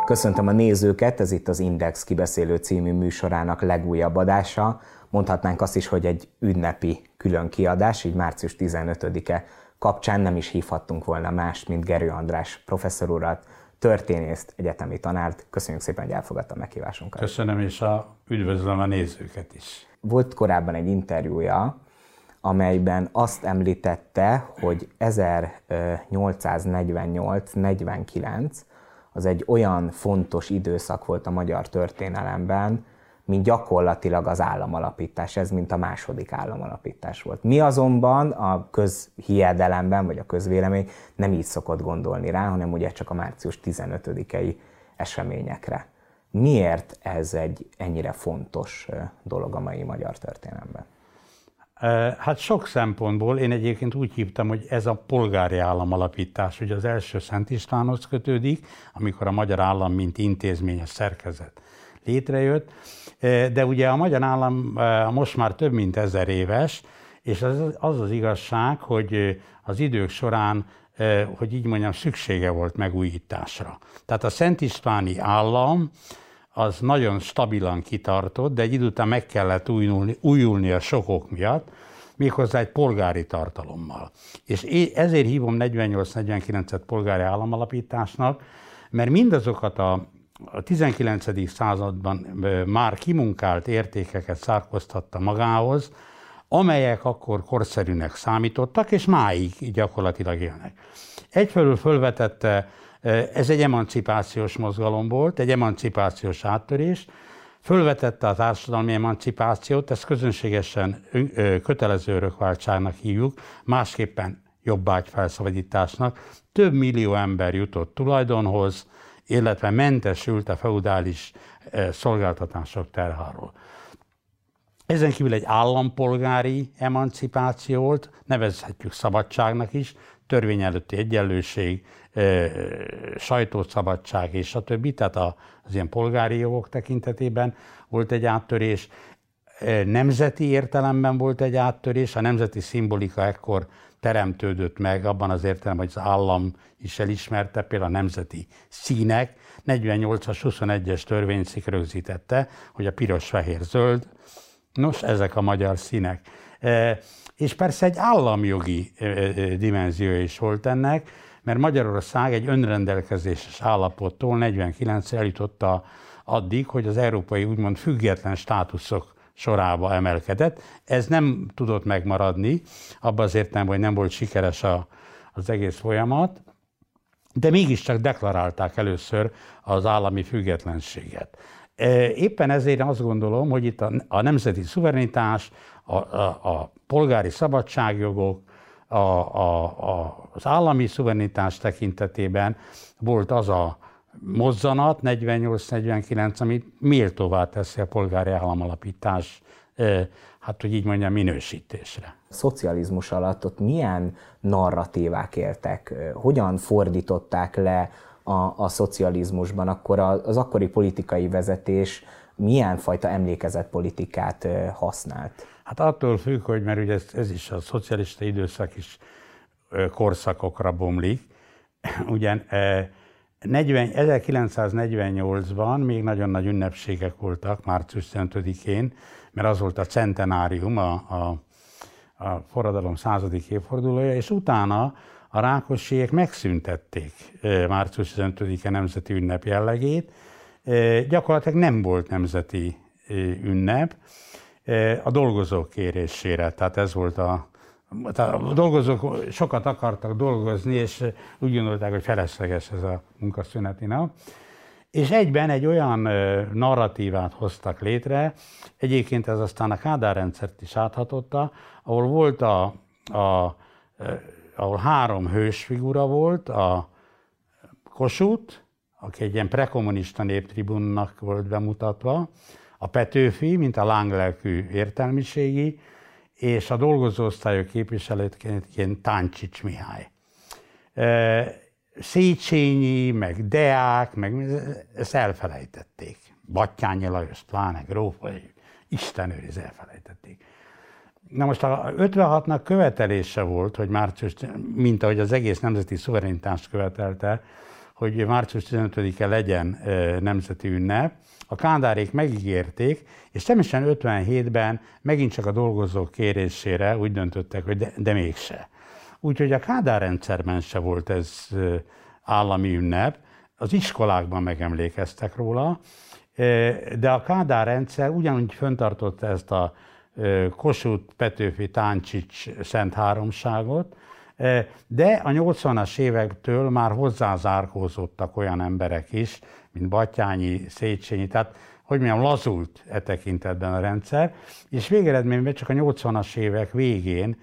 Köszöntöm a nézőket, ez itt az Index kibeszélő című műsorának legújabb adása. Mondhatnánk azt is, hogy egy ünnepi külön kiadás, így március 15-e kapcsán nem is hívhattunk volna mást, mint Gerő András professzor urat, történészt, egyetemi tanárt. Köszönjük szépen, hogy elfogadta a meghívásunkat. Köszönöm, és üdvözlöm a nézőket is. Volt korábban egy interjúja, amelyben azt említette, hogy 1848-49 az egy olyan fontos időszak volt a magyar történelemben, mint gyakorlatilag az államalapítás, ez mint a második államalapítás volt. Mi azonban a közhiedelemben, vagy a közvélemény nem így szokott gondolni rá, hanem ugye csak a március 15-i eseményekre. Miért ez egy ennyire fontos dolog a mai magyar történelemben? Hát sok szempontból én egyébként úgy hívtam, hogy ez a polgári államalapítás, ugye az első Szent Istvánhoz kötődik, amikor a magyar állam mint intézményes szerkezet létrejött, de ugye a magyar állam most már több mint 1000 éves, és az igazság, hogy az idők során, hogy így mondjam, szüksége volt megújításra. Tehát a Szent Istváni állam az nagyon stabilan kitartott, de egy idő után meg kellett újulni a sokok miatt, méghozzá egy polgári tartalommal. És ezért hívom 48-49-et polgári államalapításnak, mert mindazokat a 19. században már kimunkált értékeket szárkoztatta magához, amelyek akkor korszerűnek számítottak, és máig gyakorlatilag élnek. Egyfelől fölvetette, ez egy emancipációs mozgalom volt, egy emancipációs áttörés, fölvetette a társadalmi emancipációt, ezt közönségesen kötelező örökváltságnak hívjuk, másképpen jobbágyfelszabadításnak. Több millió ember jutott tulajdonhoz, illetve mentesült a feudális szolgáltatások terháról. Ezen kívül egy állampolgári emancipáció volt, nevezhetjük szabadságnak is, törvény előtti egyenlőség, sajtószabadság és a többi, tehát az ilyen polgári jogok tekintetében volt egy áttörés. Nemzeti értelemben volt egy áttörés, a nemzeti szimbolika ekkor teremtődött meg abban az értelemben, hogy az állam is elismerte, például a nemzeti színek. 48-as, 21-es törvénycikk rögzítette, hogy a piros, fehér, zöld, nos, ezek a magyar színek. És persze egy államjogi dimenziója is volt ennek, mert Magyarország egy önrendelkezéses állapottól 49-re eljutotta addig, hogy az európai úgymond független státuszok sorába emelkedett. Ez nem tudott megmaradni, abban az értelemben, hogy nem volt sikeres az egész folyamat, de mégiscsak deklarálták először az állami függetlenséget. Éppen ezért azt gondolom, hogy itt a nemzeti szuverenitás, a polgári szabadságjogok, az állami szuverenitás tekintetében volt az a mozzanat 48-49, ami méltóvá teszi a polgári államalapítás, hát hogy így mondjam, minősítésre. A szocializmus alatt ott milyen narratívák éltek? Hogyan fordították le a szocializmusban? Akkor az akkori politikai vezetés milyen fajta emlékezetpolitikát használt? Hát attól függ, hogy mert ugye ez is a szocialista időszak is korszakokra bomlik. Ugyan 1948-ban még nagyon nagy ünnepségek voltak, március 15-én, mert az volt a centenárium, a forradalom 100. évfordulója, és utána a rákossiek megszüntették március 15-e nemzeti ünnep jellegét. Gyakorlatilag nem volt nemzeti ünnep a dolgozók kérésére, tehát ez volt a dolgozók sokat akartak dolgozni, és úgy gondolták, hogy felesleges ez a munkaszüneti nap. És egyben egy olyan narratívát hoztak létre, egyébként ez aztán a Kádár rendszert is áthatotta, ahol volt ahol 3 hősfigura volt, a Kossuth, aki egy ilyen prekommunista néptribunnak volt bemutatva, a Petőfi, mint a lánglelkű értelmiségi, és a dolgozóosztályok képviselőként Táncsics Mihály. Széchenyi, meg Deák, meg ezt elfelejtették. Batthyány Lajos, pláne gróf, vagy Isten őriz, elfelejtették. Na most a 56-nak követelése volt, hogy március, mint ahogy az egész nemzeti szuverenitást követelte, hogy március 15-e legyen nemzeti ünnep. A Kádárék megígérték, és természetesen 57-ben megint csak a dolgozók kérésére úgy döntöttek, hogy de mégse. Úgyhogy a Kádár rendszerben se volt ez állami ünnep, az iskolákban megemlékeztek róla, de a Kádár rendszer ugyanúgy fenntartotta ezt a Kossuth, Petőfi, Táncsics szent háromságot, de a 80-as évektől már hozzázárkózottak olyan emberek is, mint Batthyány, Széchenyi, tehát hogy mondjam, lazult e tekintetben a rendszer, és végeredményben csak a 80-as évek végén,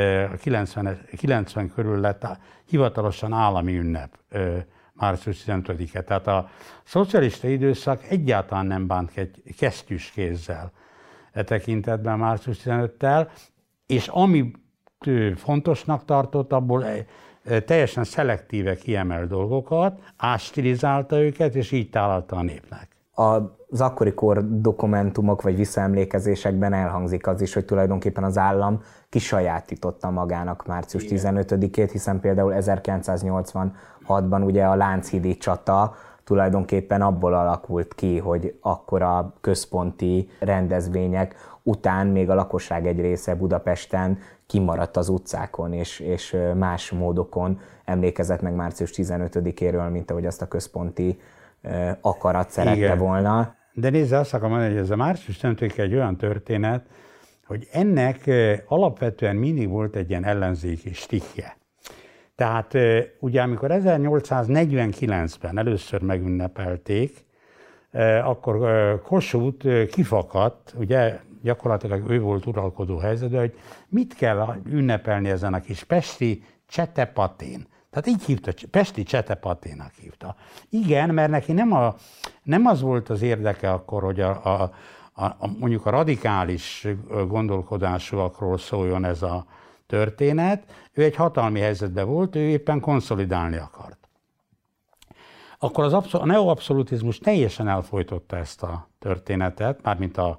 90 körül lett hivatalosan állami ünnep március 15-e. Tehát a szocialista időszak egyáltalán nem bánt kesztyűs kézzel e tekintetben március 15-tel, és ami fontosnak tartott, abból teljesen szelektíve kiemel dolgokat, ástilizálta őket, és így tálalta a népnek. Az akkori kor dokumentumok vagy visszaemlékezésekben elhangzik az is, hogy tulajdonképpen az állam kisajátította magának március 15-ét, hiszen például 1986-ban ugye a Lánchídi csata tulajdonképpen abból alakult ki, hogy akkor a központi rendezvények után még a lakosság egy része Budapesten kimaradt az utcákon, és más módokon emlékezett meg március 15-éről, mint ahogy azt a központi akarat szerette volna. De nézze, azt akarom mondani, hogy ez a március 15 egy olyan történet, hogy ennek alapvetően mindig volt egy ilyen ellenzéki stikkje. Tehát ugye amikor 1849-ben először megünnepelték, akkor Kossuth kifakadt, ugye gyakorlatilag ő volt uralkodó helyzetben, hogy mit kell ünnepelni ezen a kis pesti Csetepatén. Tehát így hívta, pesti Csetepaténak hívta. Igen, mert neki nem az volt az érdeke akkor, hogy mondjuk a radikális gondolkodásúakról szóljon ez a történet. Ő egy hatalmi helyzetben volt, ő éppen konszolidálni akart. Akkor a neoabszolutizmus teljesen elfojtotta ezt a történetet, mármint a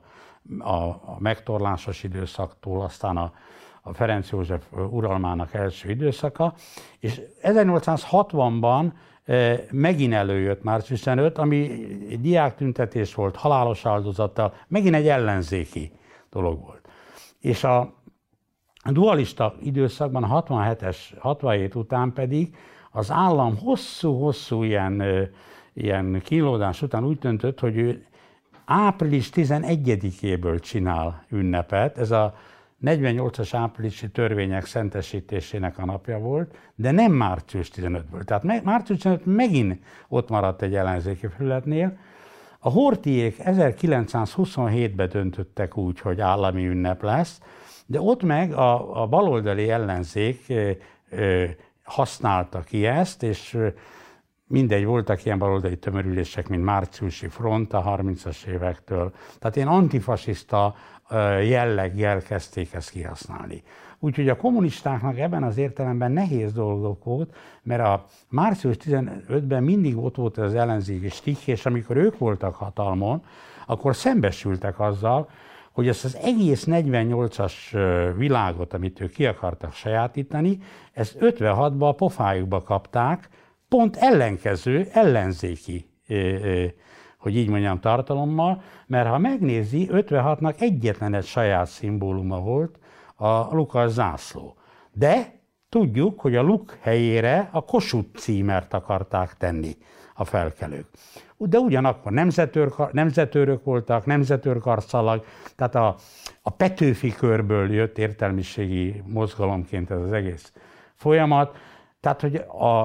megtorlásos időszaktól, aztán a Ferenc József uralmának első időszaka, és 1860-ban megint előjött március 15, ami egy diáktüntetés volt, halálos áldozattal, megint egy ellenzéki dolog volt. És a dualista időszakban, a 67 után pedig az állam hosszú-hosszú ilyen kínlódás után úgy döntött, hogy ő április 11-éből csinál ünnepet. Ez a 48-as áprilisi törvények szentesítésének a napja volt, de nem március 15-ből. Tehát március 15 megint ott maradt egy ellenzéki felületnél. A Horthyék 1927-ben döntöttek úgy, hogy állami ünnep lesz, de ott meg a baloldali ellenzék használta ki ezt, és mindegy, voltak ilyen baloldali tömörülések, mint Márciusi Front a 30-as évektől. Tehát ilyen antifasiszta jelleggel kezdték ezt kihasználni. Úgyhogy a kommunistáknak ebben az értelemben nehéz dolgok volt, mert a március 15-ben mindig ott volt az ellenzéki stikk, és amikor ők voltak hatalmon, akkor szembesültek azzal, hogy ezt az egész 48-as világot, amit ők ki akartak sajátítani, ezt 56-ban a pofájukba kapták, pont ellenkező, ellenzéki, hogy így mondjam, tartalommal, mert ha megnézi, 56-nak egyetlen egy saját szimbóluma volt, a Lukas zászló. De tudjuk, hogy a Luk helyére a Kossuth címert akarták tenni a felkelők. De ugyanakkor nemzetőrök voltak, nemzetőrkarszalag, tehát a Petőfi körből jött értelmiségi mozgalomként ez az egész folyamat. Tehát, hogy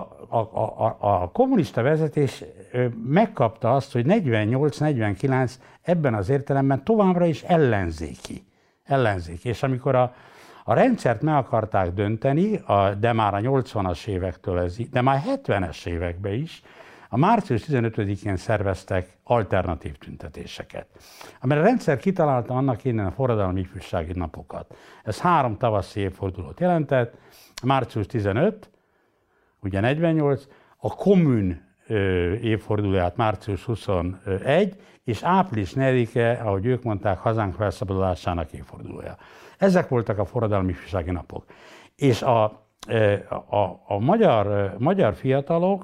a kommunista vezetés megkapta azt, hogy 48-49 ebben az értelemben továbbra is ellenzéki. És amikor a rendszert meg akarták dönteni, de már a 80-as évektől, de már 70-es években is, a március 15-én szerveztek alternatív tüntetéseket. Amire a rendszer kitalálta annak innen a forradalmi ifjúsági napokat. Ez 3 tavaszi évfordulót jelentett, március 15, ugye 48, a kommun évfordulóját március 21, és április 4-e, ahogy ők mondták, hazánk felszabadulásának évfordulója. Ezek voltak a forradalmi ifjúsági napok. És a magyar fiatalok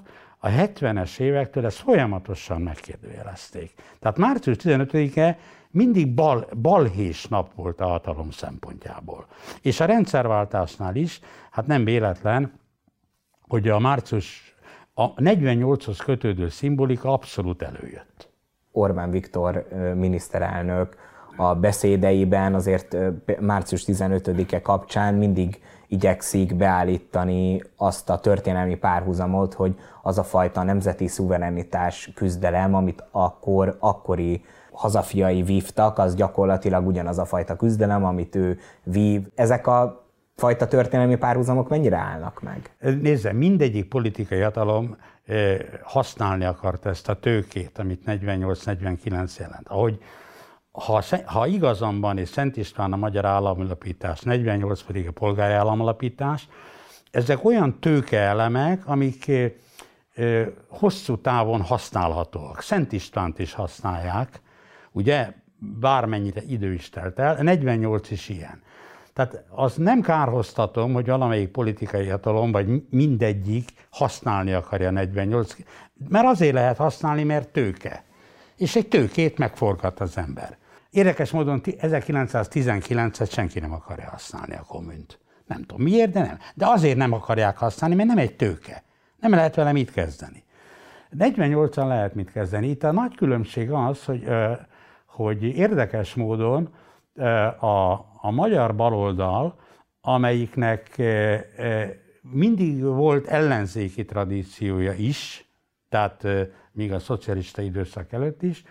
a 70-es évektől ezt folyamatosan megkérdőjelezték. Tehát március 15-e mindig balhés nap volt a hatalom szempontjából. És a rendszerváltásnál is, hát nem véletlen, hogy a 48-hoz kötődő szimbolika abszolút előjött. Orbán Viktor miniszterelnök a beszédeiben azért március 15-e kapcsán mindig igyekszik beállítani azt a történelmi párhuzamot, hogy az a fajta nemzeti szuverenitás küzdelem, amit akkori hazafiai vívtak, az gyakorlatilag ugyanaz a fajta küzdelem, amit ő vív. Ezek a fajta történelmi párhuzamok mennyire állnak meg? Nézze, mindegyik politikai hatalom használni akart ezt a tőkét, amit 48-49 jelent. Ha igazam van, és Szent István a magyar államalapítás, 48 pedig a polgári államalapítás, ezek olyan tőkeelemek, amik hosszú távon használhatóak. Szent Istvánt is használják, ugye, bármennyire idő is telt el, 48 is ilyen. Tehát az nem kárhoztatom, hogy valamelyik politikai hatalom, vagy mindegyik használni akarja 48, mert azért lehet használni, mert tőke. És egy tőkét megforgat az ember. Érdekes módon 1919-et senki nem akarja használni a kommunt. Nem tudom miért, de nem. De azért nem akarják használni, mert nem egy tőke. Nem lehet vele mit kezdeni. 48-an lehet mit kezdeni. Itt a nagy különbség az, hogy érdekes módon a magyar baloldal, amelyiknek mindig volt ellenzéki tradíciója is, tehát még a szocialista időszak előtt is,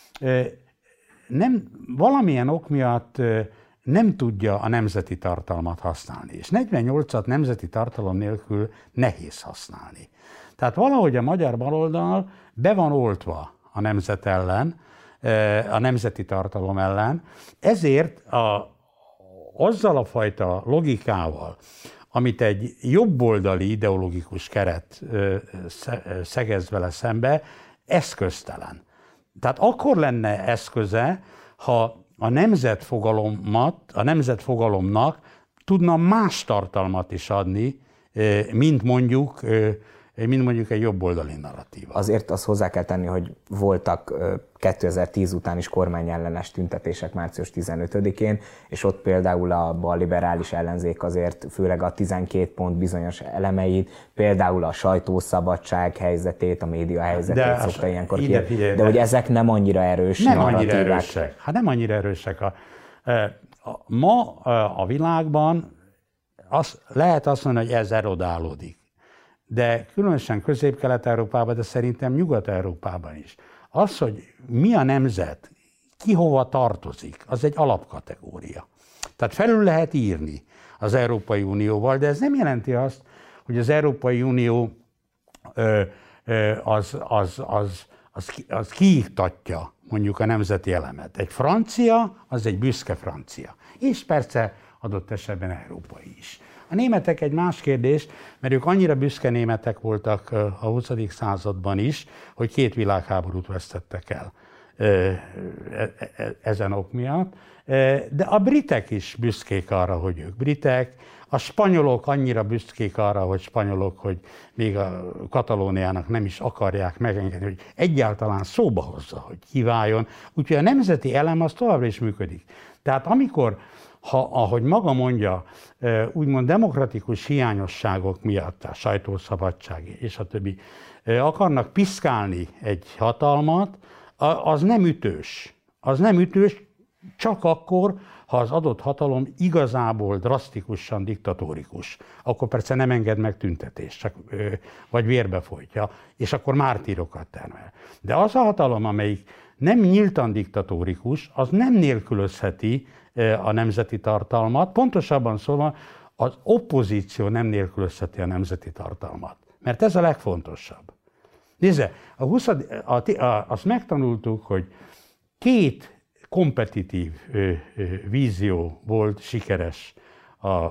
valamilyen ok miatt nem tudja a nemzeti tartalmat használni. És 48-at nemzeti tartalom nélkül nehéz használni. Tehát valahogy a magyar baloldal be van oltva a nemzet ellen, a nemzeti tartalom ellen, ezért azzal a fajta logikával, amit egy jobboldali ideológikus keret szegez vele szembe, eszköztelen. Tehát akkor lenne eszköze, ha a nemzetfogalomnak tudna más tartalmat is adni, mint mondjuk egy jobboldali narratíva. Azért azt hozzá kell tenni, hogy voltak 2010 után is kormányellenes tüntetések március 15-én, és ott például a balliberális ellenzék azért főleg a 12 pont bizonyos elemeit, például a sajtószabadság helyzetét, a média helyzetét szokta ilyenkor kérni. De hogy ezek nem annyira erős narratívák. Annyira erősek. Hát nem annyira erősek. Ma a világban lehet azt mondani, hogy ez erodálódik. De különösen Közép-Kelet-Európában, de szerintem Nyugat-Európában is. Az, hogy mi a nemzet, ki hova tartozik, az egy alapkategória. Tehát felül lehet írni az Európai Unióval, de ez nem jelenti azt, hogy az Európai Unió az kiiktatja mondjuk a nemzeti elemet. Egy francia, az egy büszke francia. És persze adott esetben európai is. A németek egy más kérdés, mert ők annyira büszke németek voltak a 20. században is, hogy 2 világháborút vesztettek el ezen ok miatt. De a britek is büszkék arra, hogy ők britek. A spanyolok annyira büszkék arra, hogy spanyolok, hogy még a Katalóniának nem is akarják megengedni, hogy egyáltalán szóba hozza, hogy kiváljon. Úgyhogy a nemzeti elem az továbbra is működik. Tehát amikor, ahogy maga mondja, úgymond demokratikus hiányosságok miatt, a sajtószabadság és a többi, akarnak piszkálni egy hatalmat, az nem ütős. Az nem ütős csak akkor, ha az adott hatalom igazából drasztikusan diktatórikus. Akkor persze nem enged meg tüntetést, csak, vagy vérbe folytja, és akkor mártírokat termel. De az a hatalom, amelyik nem nyíltan diktatórikus, az nem nélkülözheti a nemzeti tartalmat. Pontosabban szólva, az opozíció nem nélkülözheti a nemzeti tartalmat. Mert ez a legfontosabb. Nézze, azt megtanultuk, hogy 2 kompetitív vízió volt sikeres a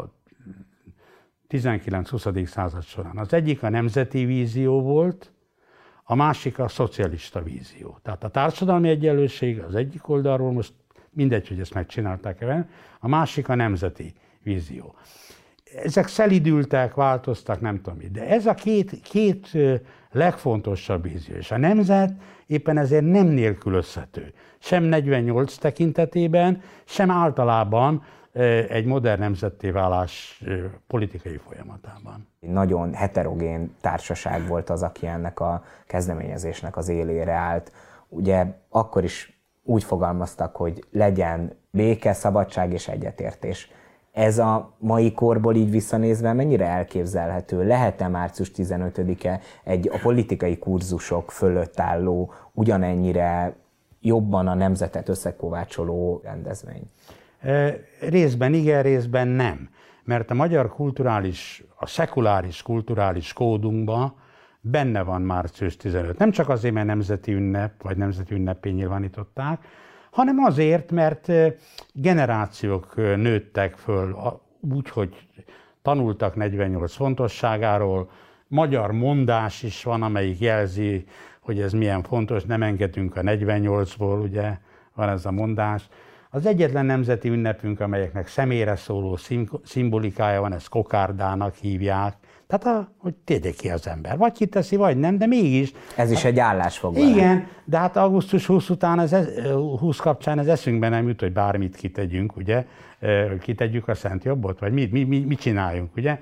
19-20. század során. Az egyik a nemzeti vízió volt, a másik a szocialista vízió. Tehát a társadalmi egyenlőség az egyik oldalról, most mindegy, hogy ezt megcsinálták-e, a másik a nemzeti vízió. ezek szelidültek, változtak, nem tudom mit. De ez a két legfontosabb vízió. És a nemzet éppen ezért nem nélkülözhető. Sem 48 tekintetében, sem általában egy modern nemzetté válás politikai folyamatában. Nagyon heterogén társaság volt az, aki ennek a kezdeményezésnek az élére állt. Ugye akkor is úgy fogalmaztak, hogy legyen béke, szabadság és egyetértés. Ez a mai korból így visszanézve mennyire elképzelhető? Lehet-e március 15-e egy a politikai kurzusok fölött álló, ugyanennyire jobban a nemzetet összekovácsoló rendezvény? Részben igen, részben nem. Mert a magyar a szekuláris kulturális kódunkban benne van március 15. Nem csak azért, mert nemzeti ünnep, vagy nemzeti ünnepé nyilvánították, hanem azért, mert generációk nőttek föl úgy, hogy tanultak 48 fontosságáról, magyar mondás is van, amelyik jelzi, hogy ez milyen fontos, nem engedünk a 48-ból, ugye van ez a mondás. Az egyetlen nemzeti ünnepünk, amelyeknek személyre szóló szimbolikája van, ezt kokárdának hívják. Tehát, hogy tegye ki az ember. Vagy kiteszi, vagy nem, de mégis. Ez is egy állásfoglalás. Igen, de hát augusztus 20 után, 20 kapcsán ez eszünkbe nem jut, hogy bármit kitegyünk, ugye? Kitegyük a Szent Jobbot, vagy mit csináljunk, ugye?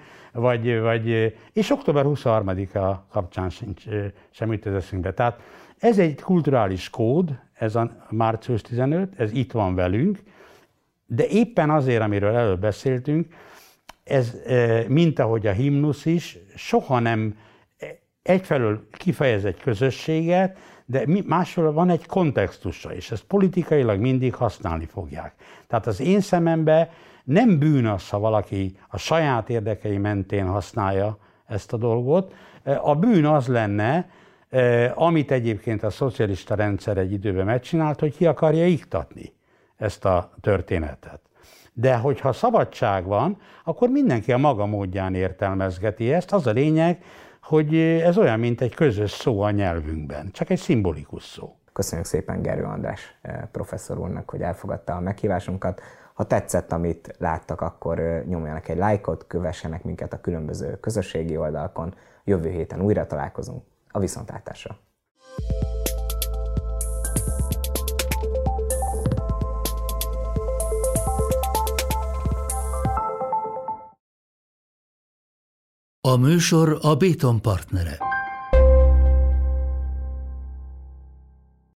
És október 23-a kapcsán sem jut ez eszünkbe. Tehát ez egy kulturális kód, ez a március 15, ez itt van velünk, de éppen azért, amiről előbb beszéltünk, ez, mint ahogy a himnusz is, soha nem egyfelől kifejez egy közösséget, de másfelől van egy kontextusa, és ezt politikailag mindig használni fogják. Tehát az én szememben nem bűn az, ha valaki a saját érdekei mentén használja ezt a dolgot. A bűn az lenne, amit egyébként a szocialista rendszer egy időben megcsinált, hogy ki akarja iktatni ezt a történetet. De hogyha szabadság van, akkor mindenki a maga módján értelmezgeti ezt. Az a lényeg, hogy ez olyan, mint egy közös szó a nyelvünkben, csak egy szimbolikus szó. Köszönjük szépen Gerő András professzor úrnak, hogy elfogadta a meghívásunkat. Ha tetszett, amit láttak, akkor nyomjanak egy lájkot, kövessenek minket a különböző közösségi oldalakon. Jövő héten újra találkozunk. A viszontlátásra! A műsor a Béton partnere.